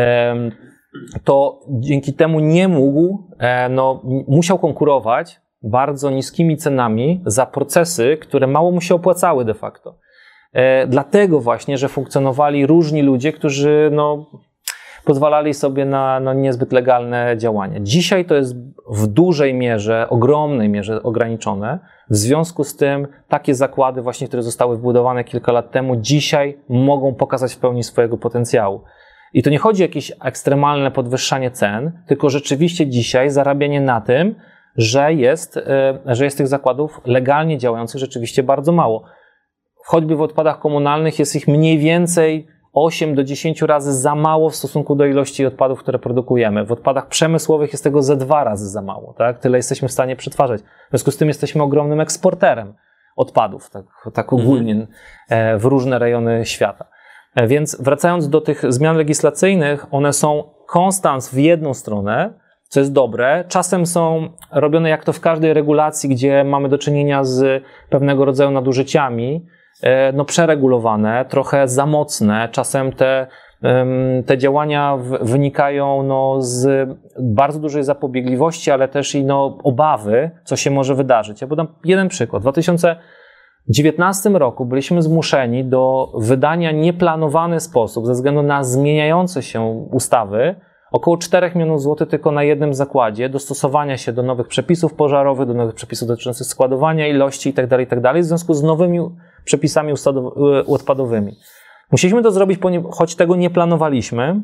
to dzięki temu nie mógł, no, musiał konkurować bardzo niskimi cenami za procesy, które mało mu się opłacały de facto. Dlatego właśnie, że funkcjonowali różni ludzie, którzy no, pozwalali sobie na no, niezbyt legalne działania. Dzisiaj to jest w dużej mierze, ogromnej mierze ograniczone. W związku z tym takie zakłady właśnie, które zostały wbudowane kilka lat temu, dzisiaj mogą pokazać w pełni swojego potencjału. I to nie chodzi o jakieś ekstremalne podwyższanie cen, tylko rzeczywiście dzisiaj zarabianie na tym, że jest, że jest tych zakładów legalnie działających rzeczywiście bardzo mało. Choćby w odpadach komunalnych jest ich mniej więcej osiem do dziesięciu razy za mało w stosunku do ilości odpadów, które produkujemy. W odpadach przemysłowych jest tego ze dwa razy za mało, tak? Tyle jesteśmy w stanie przetwarzać. W związku z tym jesteśmy ogromnym eksporterem odpadów, tak, tak ogólnie mhm. w różne rejony świata. Więc wracając do tych zmian legislacyjnych, one są konstans w jedną stronę, co jest dobre. Czasem są robione jak to w każdej regulacji, gdzie mamy do czynienia z pewnego rodzaju nadużyciami, no przeregulowane, trochę za mocne. Czasem te, te działania wynikają no z bardzo dużej zapobiegliwości, ale też i no obawy, co się może wydarzyć. Ja podam jeden przykład. W dwa tysiące dziewiętnastym roku byliśmy zmuszeni do wydania nieplanowany sposób, ze względu na zmieniające się ustawy, około czterech milionów złotych tylko na jednym zakładzie, dostosowania się do nowych przepisów pożarowych, do nowych przepisów dotyczących składowania ilości itd., itd., w związku z nowymi przepisami odpadowymi. Musieliśmy to zrobić, choć tego nie planowaliśmy,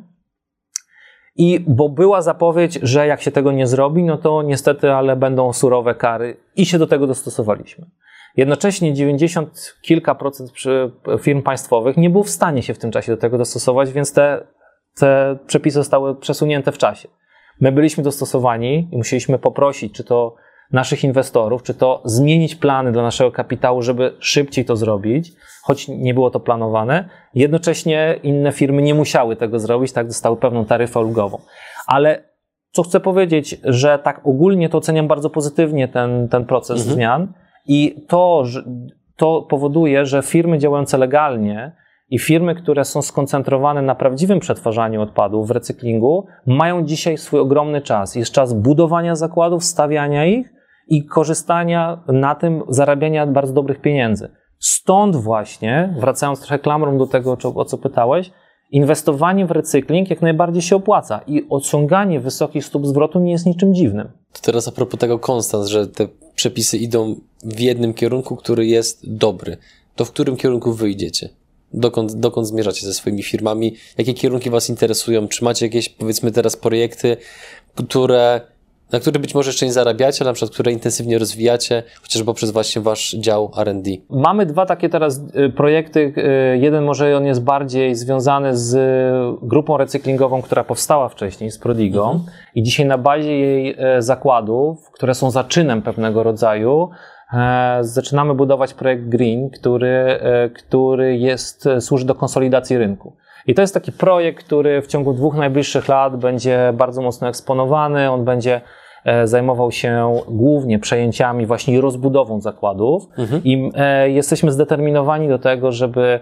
i bo była zapowiedź, że jak się tego nie zrobi, no to niestety, ale będą surowe kary i się do tego dostosowaliśmy. Jednocześnie dziewięćdziesiąt kilka procent firm państwowych nie było w stanie się w tym czasie do tego dostosować, więc te, te przepisy zostały przesunięte w czasie. My byliśmy dostosowani i musieliśmy poprosić, czy to naszych inwestorów, czy to zmienić plany dla naszego kapitału, żeby szybciej to zrobić, choć nie było to planowane. Jednocześnie inne firmy nie musiały tego zrobić, tak, dostały pewną taryfę ulgową. Ale co chcę powiedzieć, że tak ogólnie to oceniam bardzo pozytywnie ten, ten proces mhm. zmian i to, że, to powoduje, że firmy działające legalnie i firmy, które są skoncentrowane na prawdziwym przetwarzaniu odpadów w recyklingu, mają dzisiaj swój ogromny czas. Jest czas budowania zakładów, stawiania ich i korzystania na tym, zarabiania bardzo dobrych pieniędzy. Stąd właśnie, wracając trochę klamrą do tego, o co pytałeś, inwestowanie w recykling jak najbardziej się opłaca i osiąganie wysokich stóp zwrotu nie jest niczym dziwnym. To teraz a propos tego konstans, że te przepisy idą w jednym kierunku, który jest dobry. To w którym kierunku wy idziecie? dokąd, dokąd zmierzacie ze swoimi firmami, jakie kierunki Was interesują, czy macie jakieś, powiedzmy teraz, projekty, które, na które być może jeszcze nie zarabiacie, ale na przykład które intensywnie rozwijacie, chociażby poprzez właśnie Wasz dział R and D. Mamy dwa takie teraz projekty. Jeden może on jest bardziej związany z grupą recyklingową, która powstała wcześniej, z Prodigo mhm. i dzisiaj na bazie jej zakładów, które są zaczynem pewnego rodzaju, zaczynamy budować projekt Green, który, który jest, służy do konsolidacji rynku. I to jest taki projekt, który w ciągu dwóch najbliższych lat będzie bardzo mocno eksponowany. On będzie zajmował się głównie przejęciami właśnie i rozbudową zakładów. Mhm. I jesteśmy zdeterminowani do tego, żeby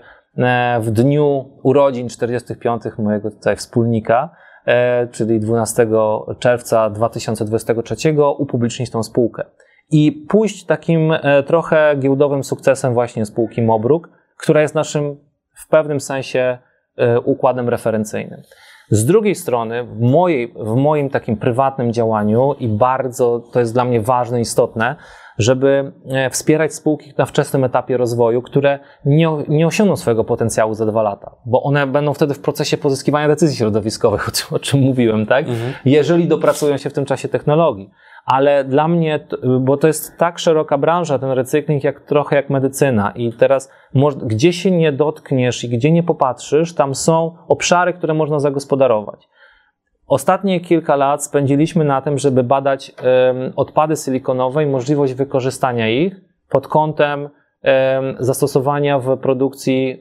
w dniu urodzin czterdziestych piątych mojego tutaj wspólnika, czyli dwunastego czerwca dwa tysiące dwudziestego trzeciego, upublicznić tą spółkę. I pójść takim trochę giełdowym sukcesem właśnie spółki Mobruk, która jest naszym w pewnym sensie układem referencyjnym. Z drugiej strony w, mojej, w moim takim prywatnym działaniu i bardzo to jest dla mnie ważne, istotne, żeby wspierać spółki na wczesnym etapie rozwoju, które nie, nie osiągną swojego potencjału za dwa lata, bo one będą wtedy w procesie pozyskiwania decyzji środowiskowych, o czym, o czym mówiłem, tak? Mhm. Jeżeli dopracują się w tym czasie technologii. Ale dla mnie, bo to jest tak szeroka branża, ten recykling, jak trochę jak medycyna i teraz gdzie się nie dotkniesz i gdzie nie popatrzysz, tam są obszary, które można zagospodarować. Ostatnie kilka lat spędziliśmy na tym, żeby badać um, odpady silikonowe i możliwość wykorzystania ich pod kątem um, zastosowania w produkcji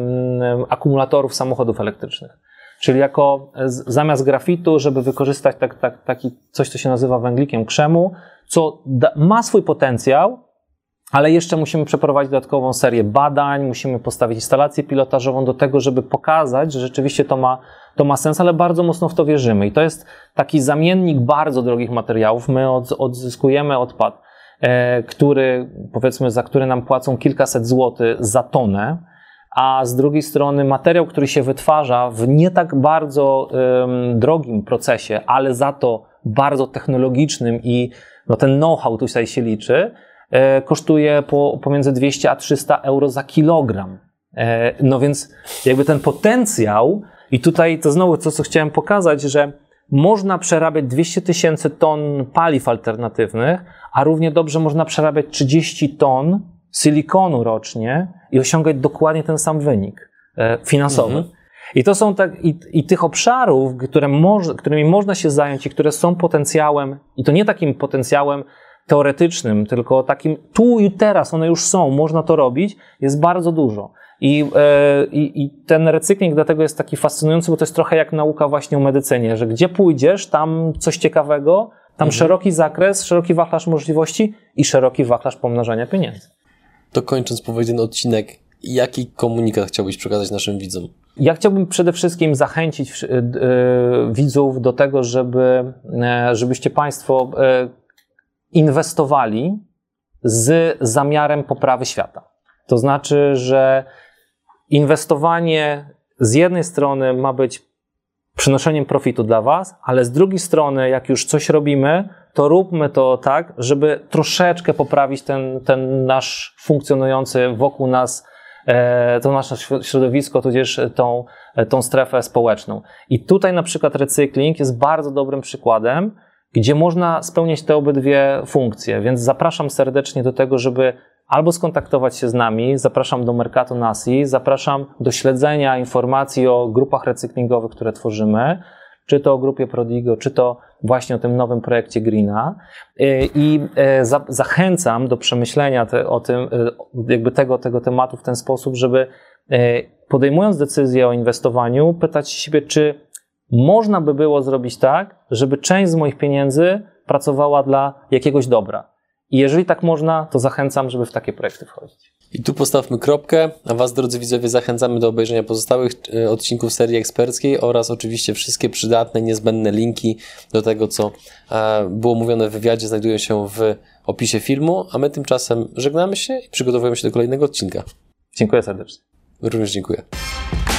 um, akumulatorów samochodów elektrycznych. Czyli jako z, zamiast grafitu, żeby wykorzystać tak, tak, taki coś, co się nazywa węglikiem krzemu, co da, ma swój potencjał, ale jeszcze musimy przeprowadzić dodatkową serię badań, musimy postawić instalację pilotażową do tego, żeby pokazać, że rzeczywiście to ma, to ma sens, ale bardzo mocno w to wierzymy. I to jest taki zamiennik bardzo drogich materiałów. My od, odzyskujemy odpad, e, który, powiedzmy, za który nam płacą kilkaset złotych za tonę, a z drugiej strony materiał, który się wytwarza w nie tak bardzo um, drogim procesie, ale za to bardzo technologicznym i no, ten know-how tutaj się liczy, e, kosztuje po, pomiędzy dwieście a trzysta euro za kilogram. E, no więc jakby ten potencjał i tutaj to znowu to, co chciałem pokazać, że można przerabiać dwieście tysięcy ton paliw alternatywnych, a równie dobrze można przerabiać trzydzieści ton silikonu rocznie i osiągać dokładnie ten sam wynik e, finansowy. Mhm. I to są tak, i, i tych obszarów, które moż, którymi można się zająć i które są potencjałem, i to nie takim potencjałem teoretycznym, tylko takim tu i teraz, one już są, można to robić, jest bardzo dużo. I, e, i, i ten recykling dlatego jest taki fascynujący, bo to jest trochę jak nauka właśnie o medycynie, że gdzie pójdziesz, tam coś ciekawego, tam mhm. szeroki zakres, szeroki wachlarz możliwości i szeroki wachlarz pomnażania pieniędzy. To kończąc powiedziany odcinek, jaki komunikat chciałbyś przekazać naszym widzom? Ja chciałbym przede wszystkim zachęcić yy, widzów do tego, żeby, yy, żebyście Państwo yy, inwestowali z zamiarem poprawy świata. To znaczy, że inwestowanie z jednej strony ma być przynoszeniem profitu dla Was, ale z drugiej strony, jak już coś robimy, to róbmy to tak, żeby troszeczkę poprawić ten, ten nasz funkcjonujący wokół nas, e, to nasze środowisko, tudzież tą, tą strefę społeczną. I tutaj na przykład recykling jest bardzo dobrym przykładem, gdzie można spełniać te obydwie funkcje, więc zapraszam serdecznie do tego, żeby albo skontaktować się z nami, zapraszam do Mercato Nasi, zapraszam do śledzenia informacji o grupach recyklingowych, które tworzymy, czy to o grupie Prodigo, czy to właśnie o tym nowym projekcie Greena i za, zachęcam do przemyślenia te, o tym, jakby tego, tego tematu w ten sposób, żeby podejmując decyzję o inwestowaniu, pytać siebie, czy można by było zrobić tak, żeby część z moich pieniędzy pracowała dla jakiegoś dobra. I jeżeli tak można, to zachęcam, żeby w takie projekty wchodzić. I tu postawmy kropkę, a Was, drodzy widzowie, zachęcamy do obejrzenia pozostałych odcinków serii eksperckiej oraz oczywiście wszystkie przydatne, niezbędne linki do tego, co było mówione w wywiadzie, znajdują się w opisie filmu, a my tymczasem żegnamy się i przygotowujemy się do kolejnego odcinka. Dziękuję serdecznie. Również dziękuję.